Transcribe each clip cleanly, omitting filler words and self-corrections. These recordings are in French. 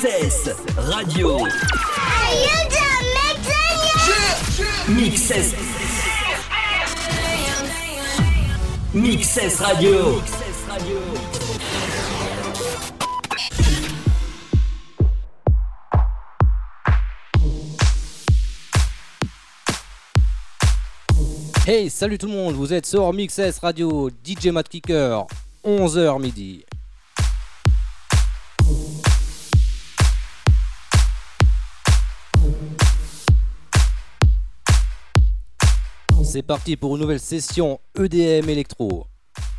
Mixes Radio. Mixes. Mixes Radio. Hey, salut tout le monde, vous êtes sur Mixes Radio, DJ Matt Kicker, 11h midi. C'est parti pour une nouvelle session EDM Electro.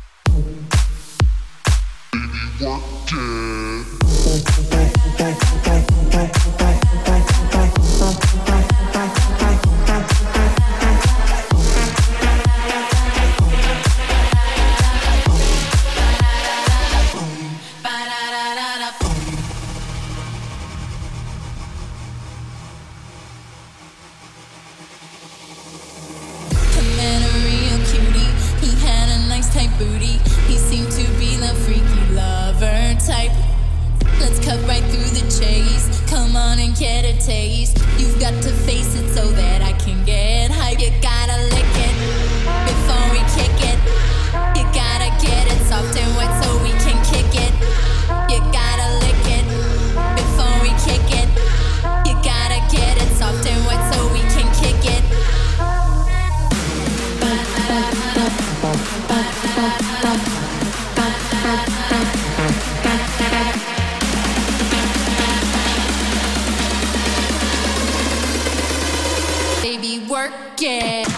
Booty. He seemed to be the freaky lover type. Let's cut right through the chase. Come on and get a taste. You've got to face it so that I can get hype. You gotta lick it before we kick it. You gotta get it soft and wet so we can kick it. You gotta lick it before we kick it. You gotta get it soft and wet so we can kick it. Baby, work it.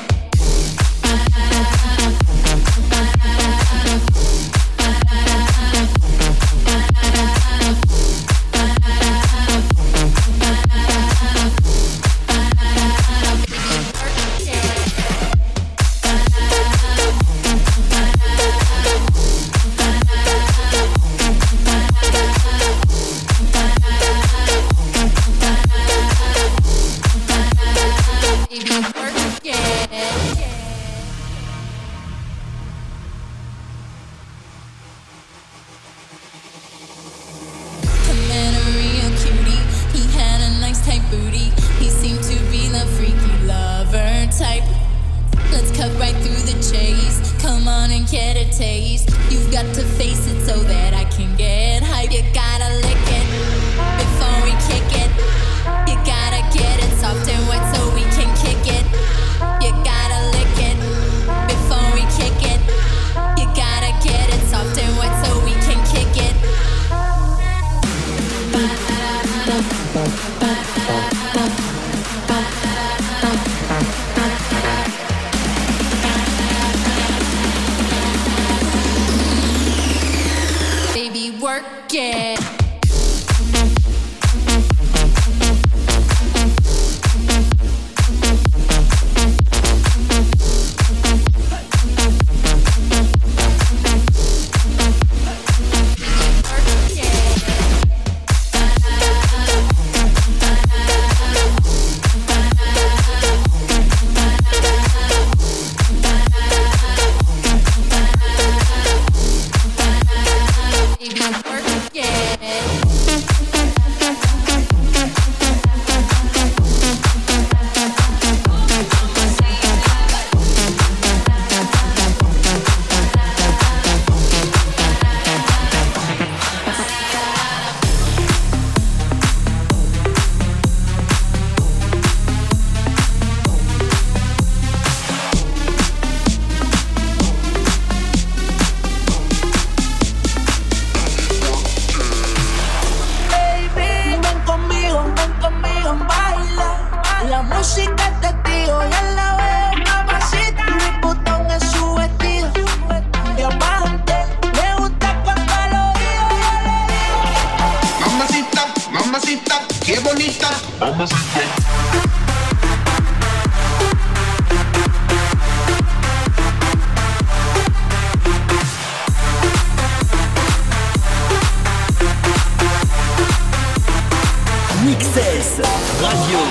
Mixes Radio.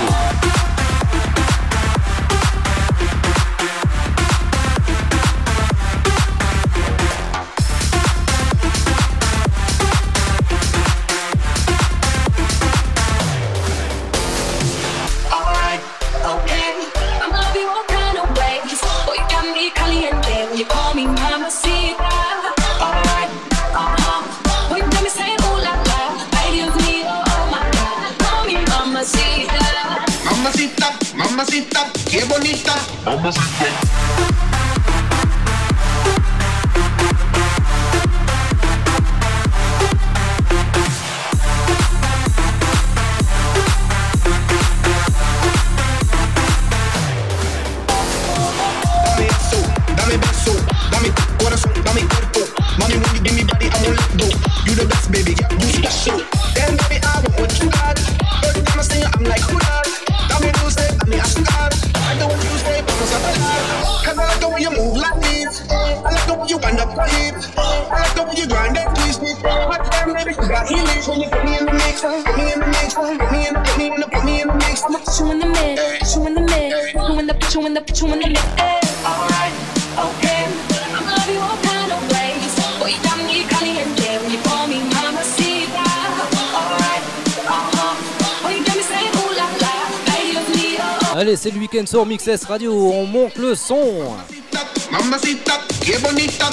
Mamacita, qué bonita. Dame beso, dame corazón, dame cuerpo. Mommy, when you give me body, I won't let go. You the best, baby, yeah, you special. Damn, baby, I want what you got. Every time I see you, I'm like, who that? Dame dulce, dame azúcar. I know what you say, vamos a bailar. Cause I like the way you move like this. I like the way you wind up your hips. I like the way you grind and twist it. Hot damn, baby, you got healings when you put me in the mix. Put me in the mix, put me in the mix. I'ma put you in the mix, put you in the mix. Put you in the mix. Alright, okay. I'ma love you all kind of ways. Boy, you got me caliente when you call me mamacita. Alright, boy, you got me saying ooh la la. Baby, look me up. Allez, c'est le week-end sur Mix S Radio, on monte le son. Mamacita, qué bonita.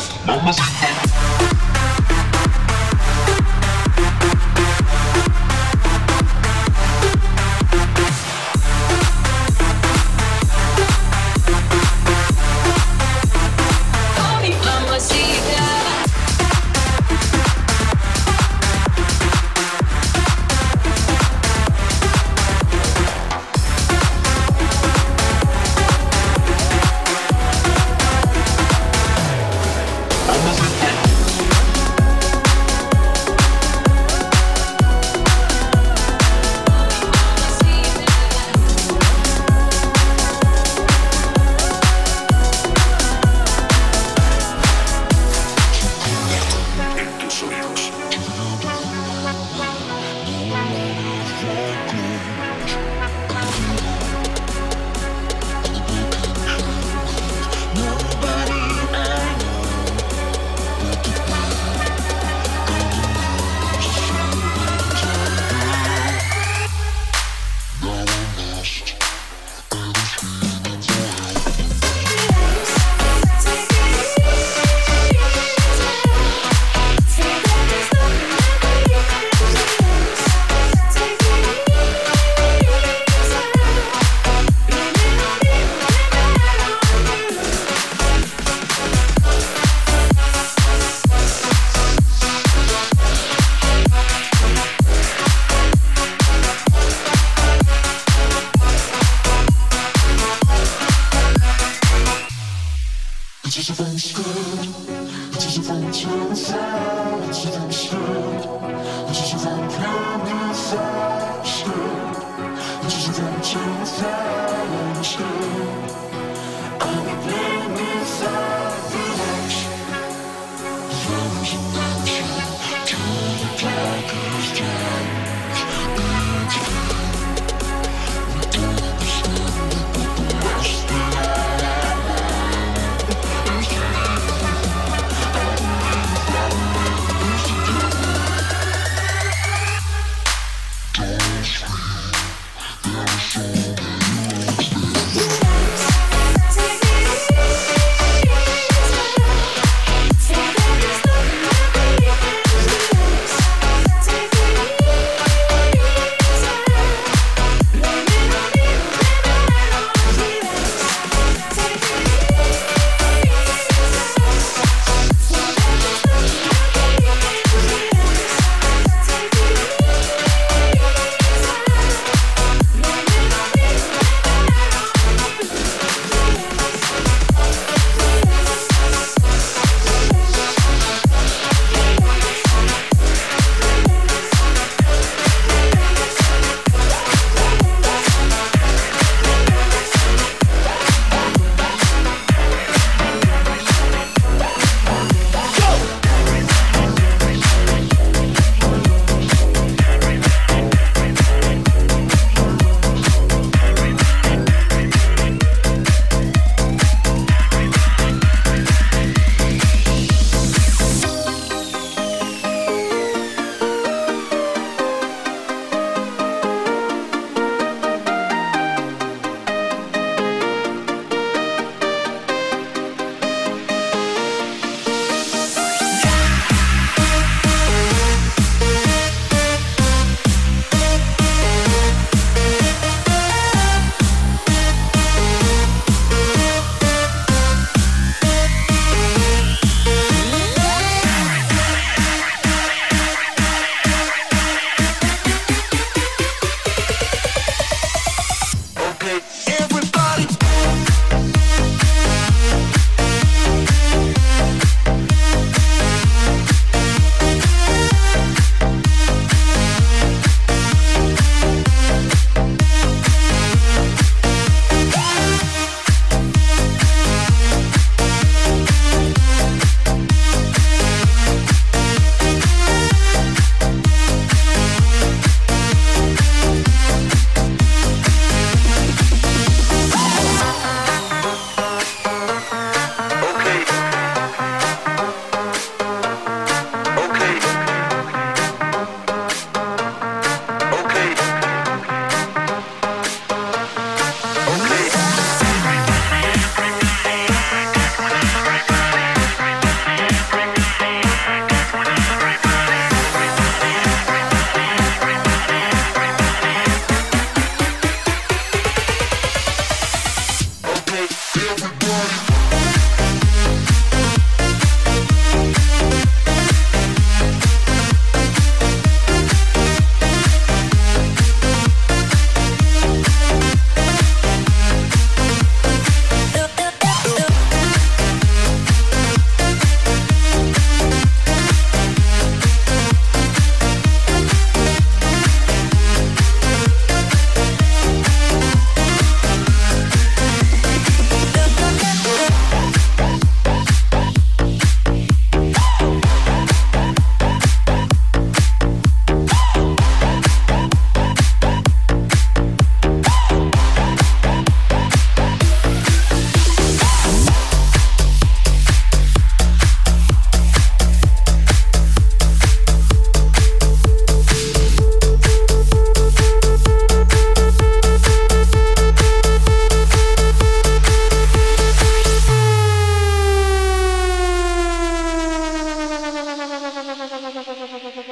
Call me mamacita.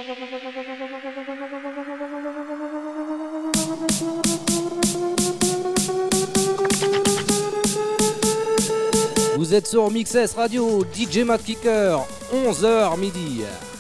Vous êtes sur Mix S Radio, DJ Matt Kicker, 11h midi.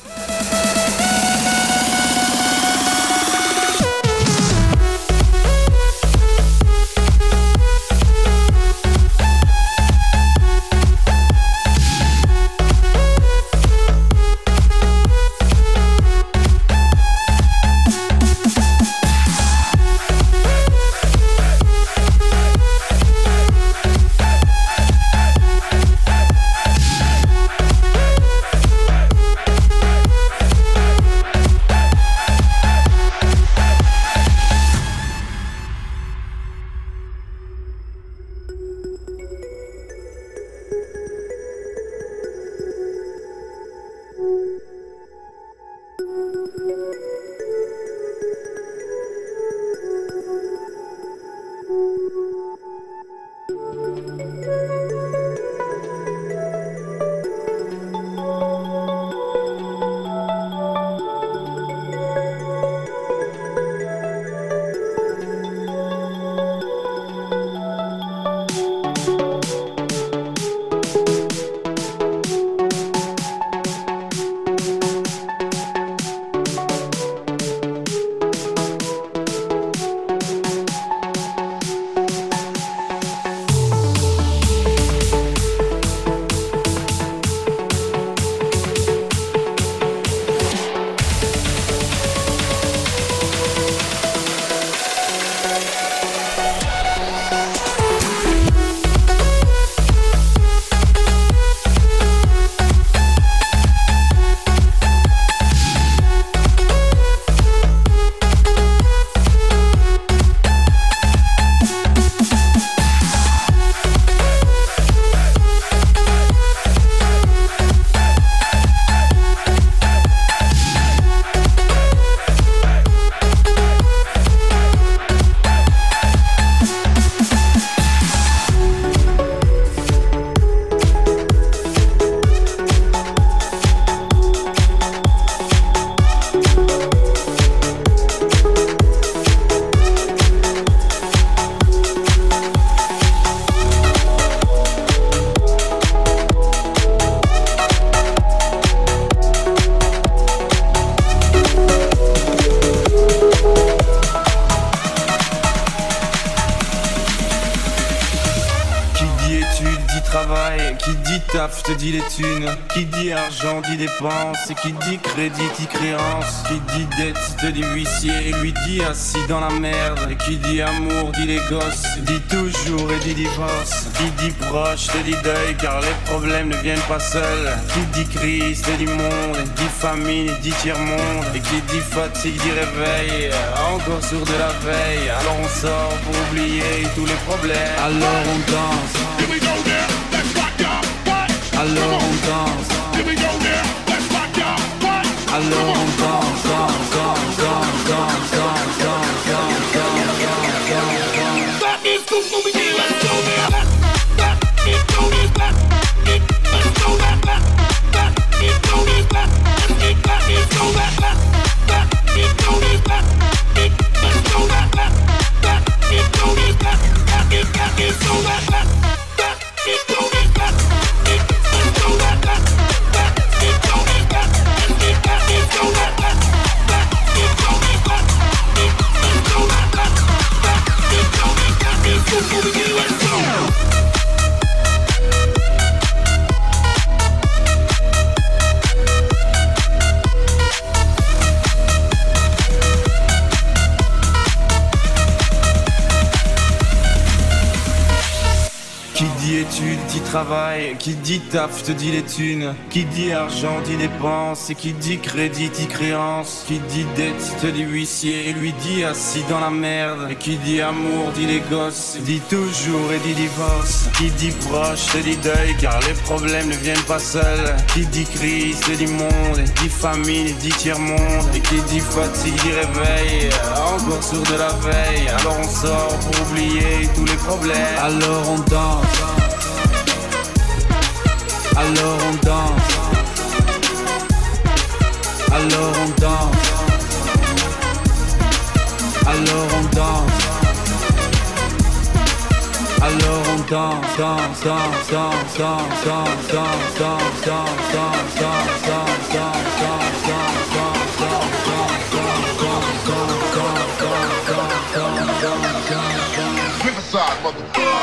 Taf te dit les thunes, qui dit argent dit dépense, et qui dit crédit dit créance, qui dit dette te dit huissier, lui dit assis dans la merde, et qui dit amour dit les gosses, dit toujours et dit divorce, qui dit proche te dit deuil car les problèmes ne viennent pas seuls, qui dit crise te dit monde, dit famine dit tiers-monde, et qui dit fatigue dit réveil, encore sourd de la veille, alors on sort pour oublier tous les problèmes, alors on danse. Alors on danse. Alors on danse, danse, danse, danse, danse, danse, danse, danse, danse, danse. That is cool for me, let's go there. That is cool, that is let's go that. That is cool, that is cool, that is cool, that let's go that. That is cool, that is cool, that is cool, that. Qui dit études dit travail, qui dit taf te dit les thunes, qui dit argent dit dépense, et qui dit crédit dit créance, qui dit dette te dit huissier, et lui dit assis dans la merde, et qui dit amour dit les gosses, dit toujours et dit divorce, qui dit proche te dit deuil car les problèmes ne viennent pas seuls, qui dit crise te dit monde, et dit famine dit tiers-monde, et qui dit fatigue dit réveil, encore sourd de la veille, alors on sort pour oublier tous les problèmes, alors on danse. Alors on danse. alors on danse. Alors on danse. Alors on danse, danse, danse, danse, danse, danse, danse, danse, danse, danse, danse, danse, danse, Riverside, motherfucker.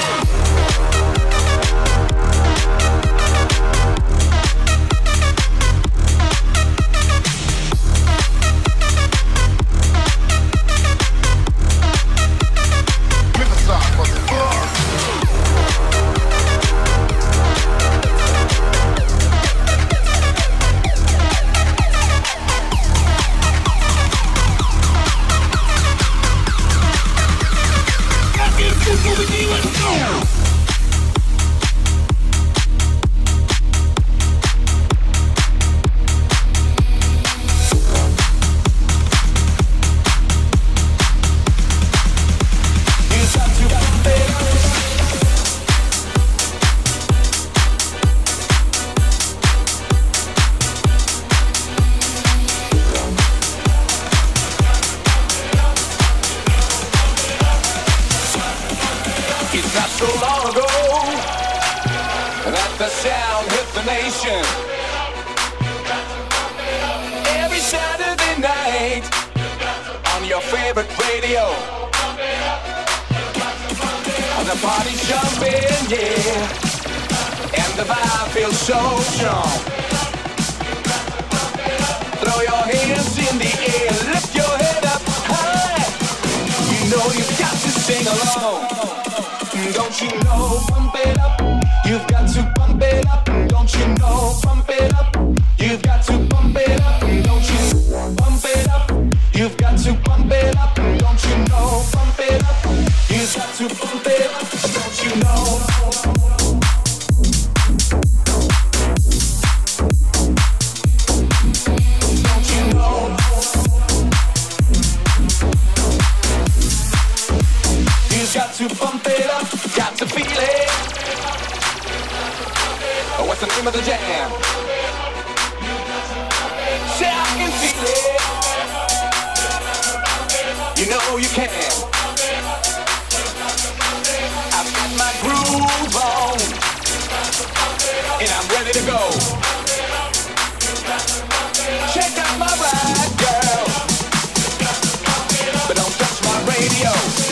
Every Saturday night on your favorite radio, the party's jumping, yeah, and the vibe feels so strong. Throw your hands in the air, lift your head up high. You know you've got to sing along. Don't you know, pump it up. You've got to pump it up. Don't you know, pump it up. You've got to pump it up. Don't you pump it up. You've got to pump it up. Don't you know, pump it up. You've got to pump it up. Don't you know? To pump it up, got to feel it. What's the name of the jam? Say I can feel it. You know you can. I've got my groove on, and I'm ready to go. Check out my ride, girl, but don't touch my radio.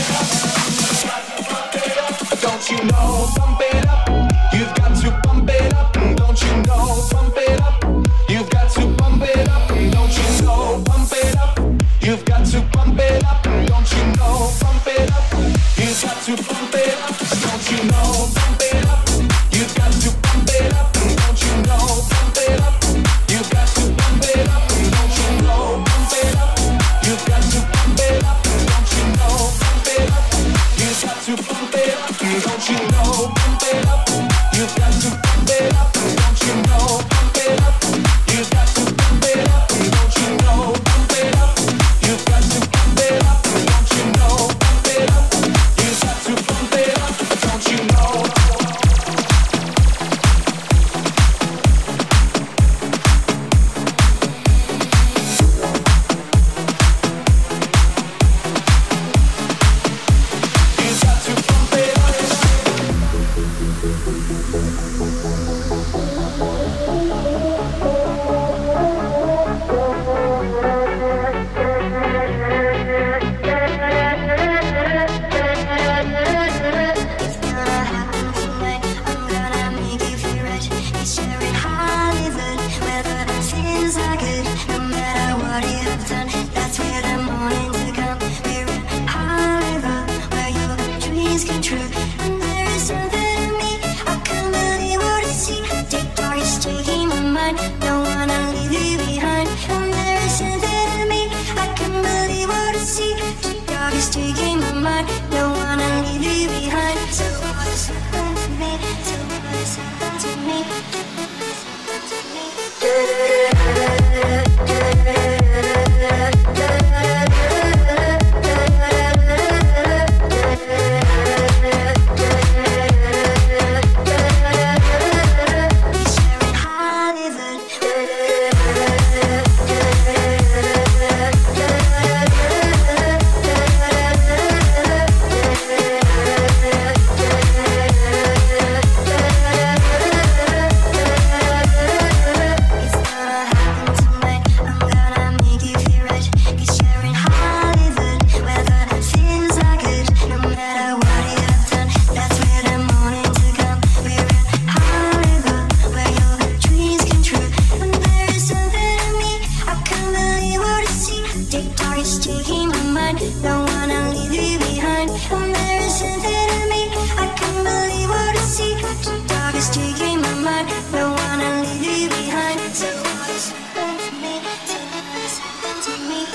Don't you know, pump it up. You've got to pump it up. Don't you know, pump it up. You've got to pump it up. Don't you know, pump it up. You've got to pump it up. Don't you know, pump it up. You've got to pump it up. Don't you know, pump it up. You've got to pump it up. Don't you know, pump it up. You've got to pump it up. Don't you know, pump it up. You've got to pump it up. Don't you know, pump it up. You've got to pump it up. Don't you know, pump it up. You've got to pump it up. Don't you know, pump it up. You've got to pump it up. Don't you know, pump it up. You've got to pump it up. Don't you know, pump it up. You've got to pump it up. Don't you know? is taking my mind. Don't wanna leave you behind. And there isn't it in me. I can't believe what I see. The dog is taking my mind. Don't wanna leave you behind. So what is happening to me? So what is happening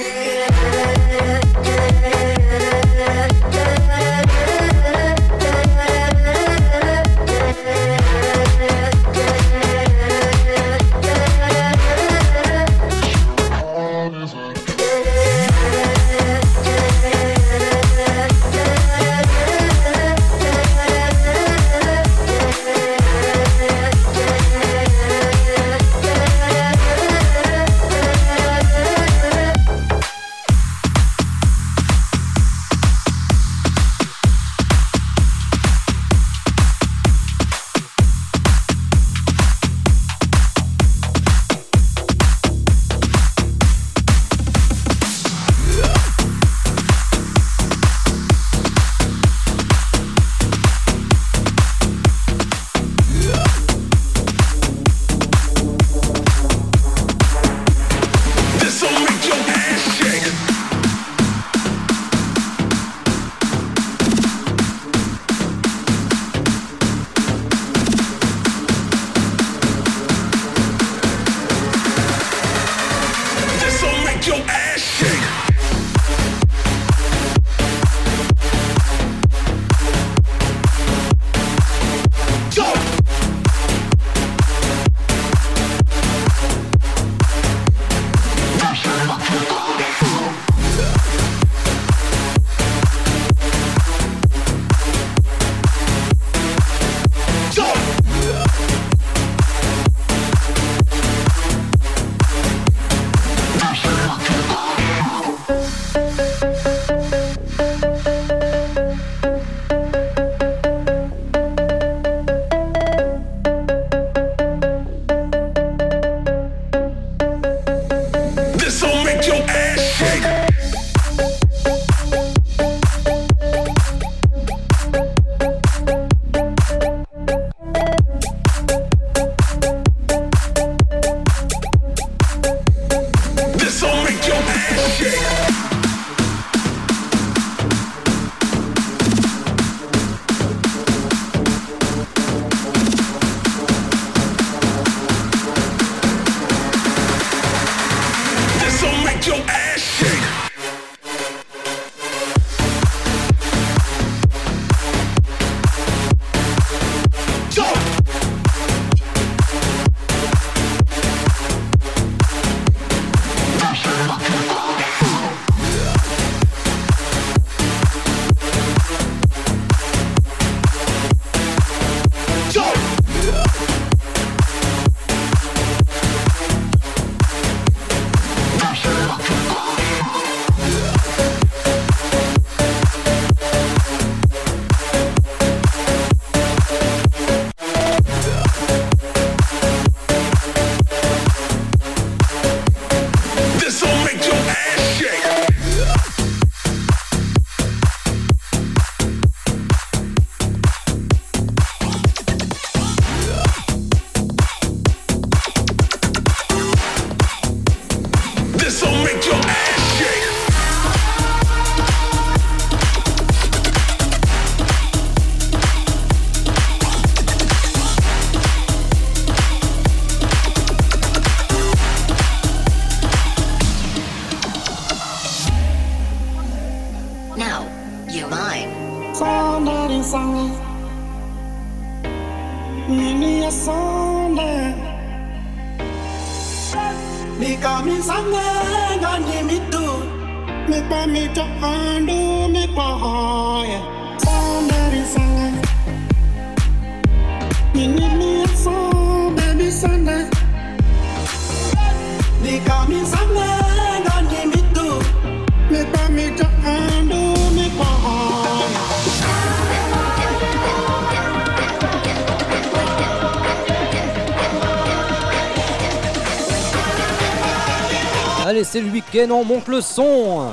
Allez, c'est le week-end, on monte le son.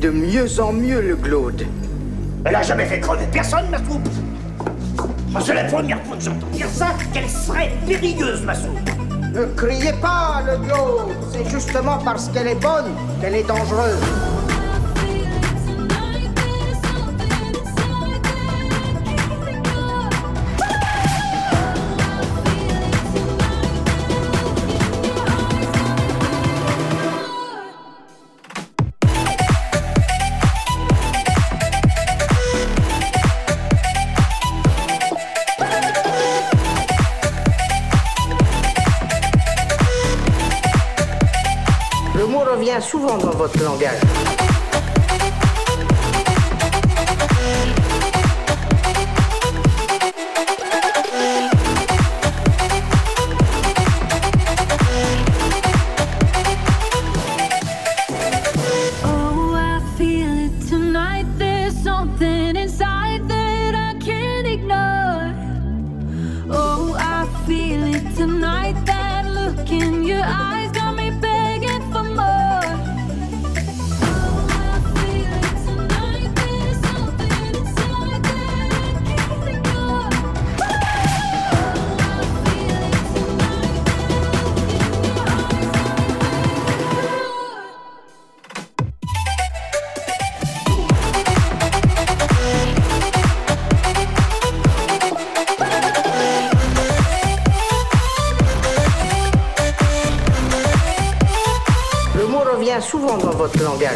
de mieux en mieux, le glaude. Elle a jamais fait crever personne, ma soupe. C'est la première fois que j'entends dire ça, qu'elle serait périlleuse, ma soupe. Ne criez pas, le glaude. C'est justement parce qu'elle est bonne qu'elle est dangereuse. Revient souvent dans votre langage. Oh, I feel it tonight. There's something inside that I can't ignore. Oh, I feel it tonight. That look in your eyes got me begging for more. Revient souvent dans votre langage.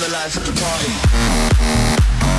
the lights of the party.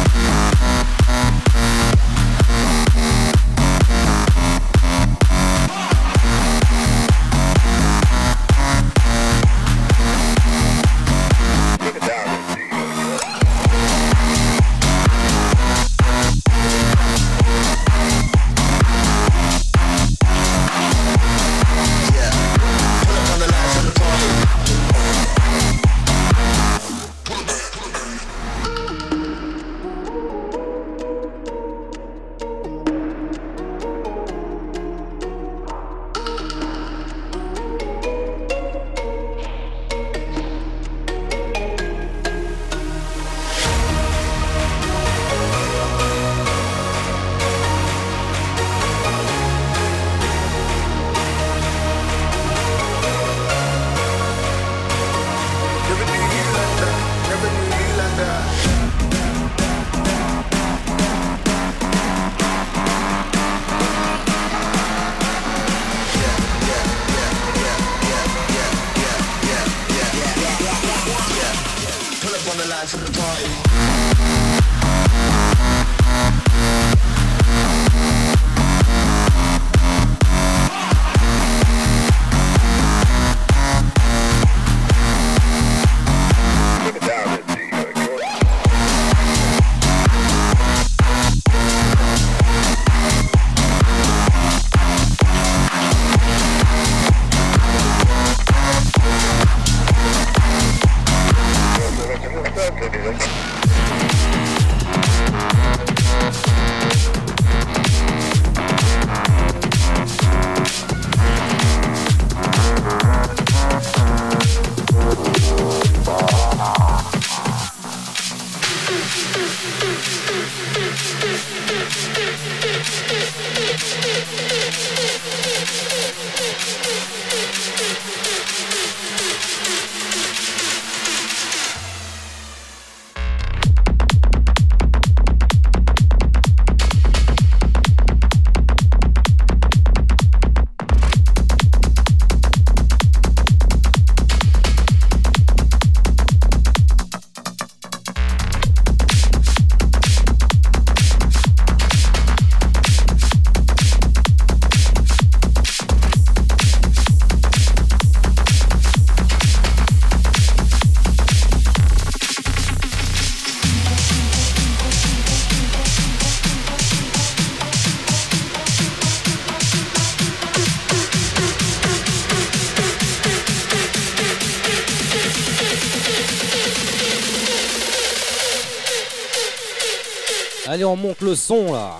Allez, on monte le son là.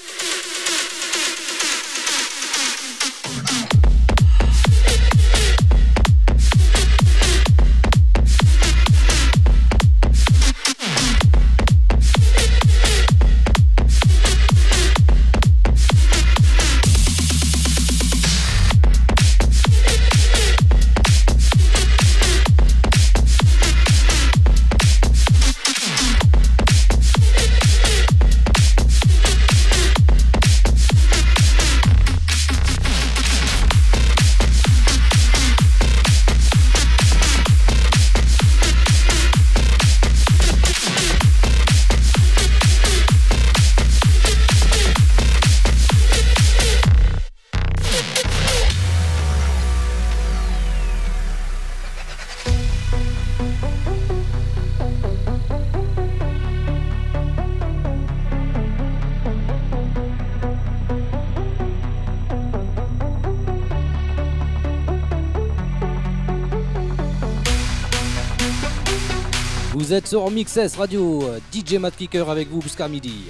Vous êtes sur Mixes Radio, DJ Matt Kicker avec vous jusqu'à midi.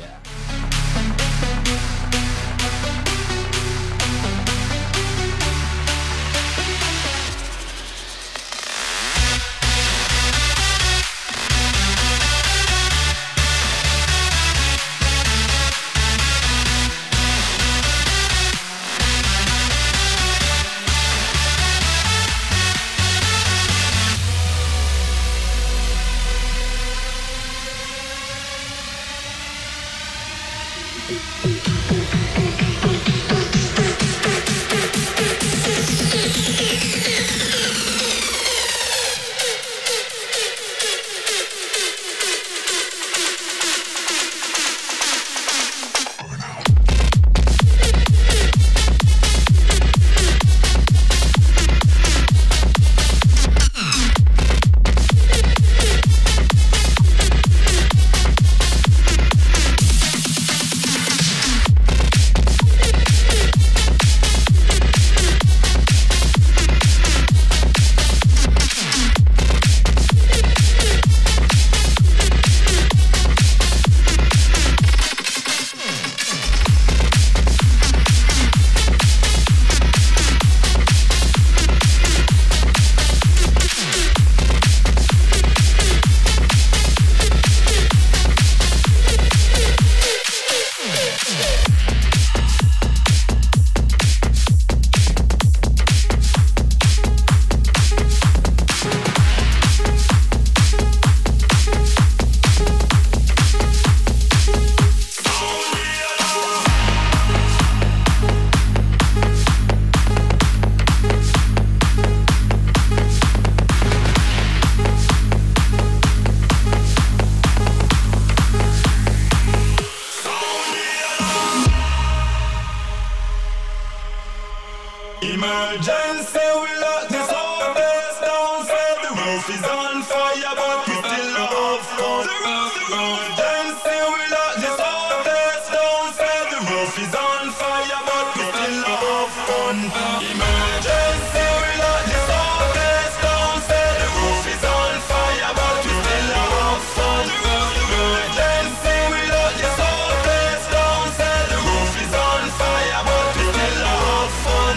Emergency, we lock this whole place down. Say the roof is on fire, but we still have fun. Emergency, we lock this whole place down. Say the roof is on fire, but we still have fun. Emergency, we lock this whole place down. Say the roof is on fire, but we still have fun. Emergency, we lock this whole place down. Say the roof is on fire, but we still have fun.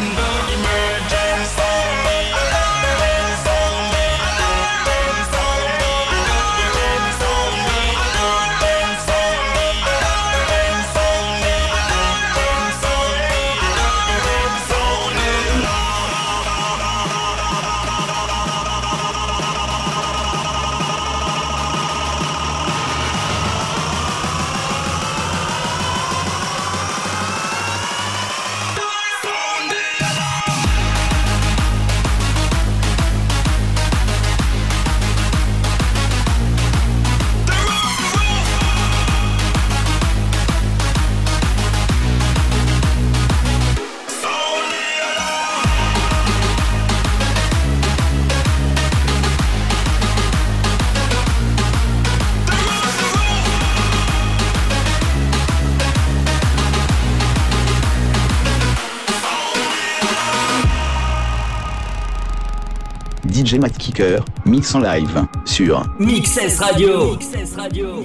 DJ Matt Kicker, mix en live sur Mixes Radio. Mixes Radio.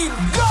team, go!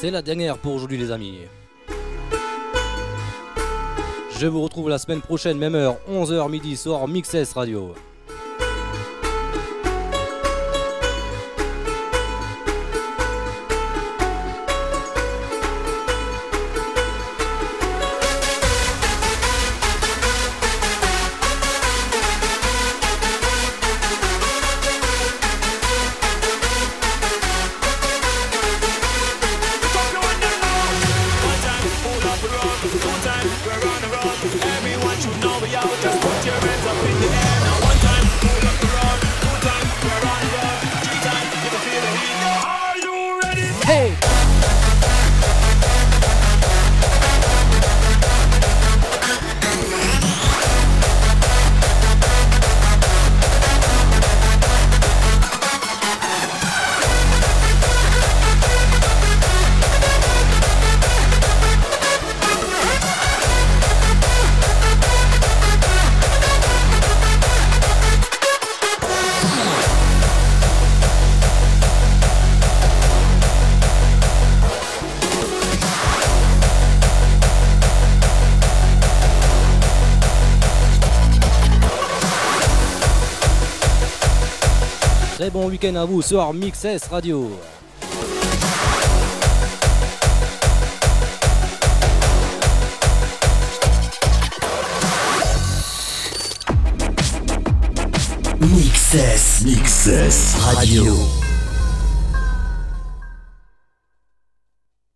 c'est la dernière pour aujourd'hui les amis. Je vous retrouve la semaine prochaine, même heure, 11h midi soir, Mixes Radio. Très bon week-end à vous sur Mixes Radio. Mixes Radio.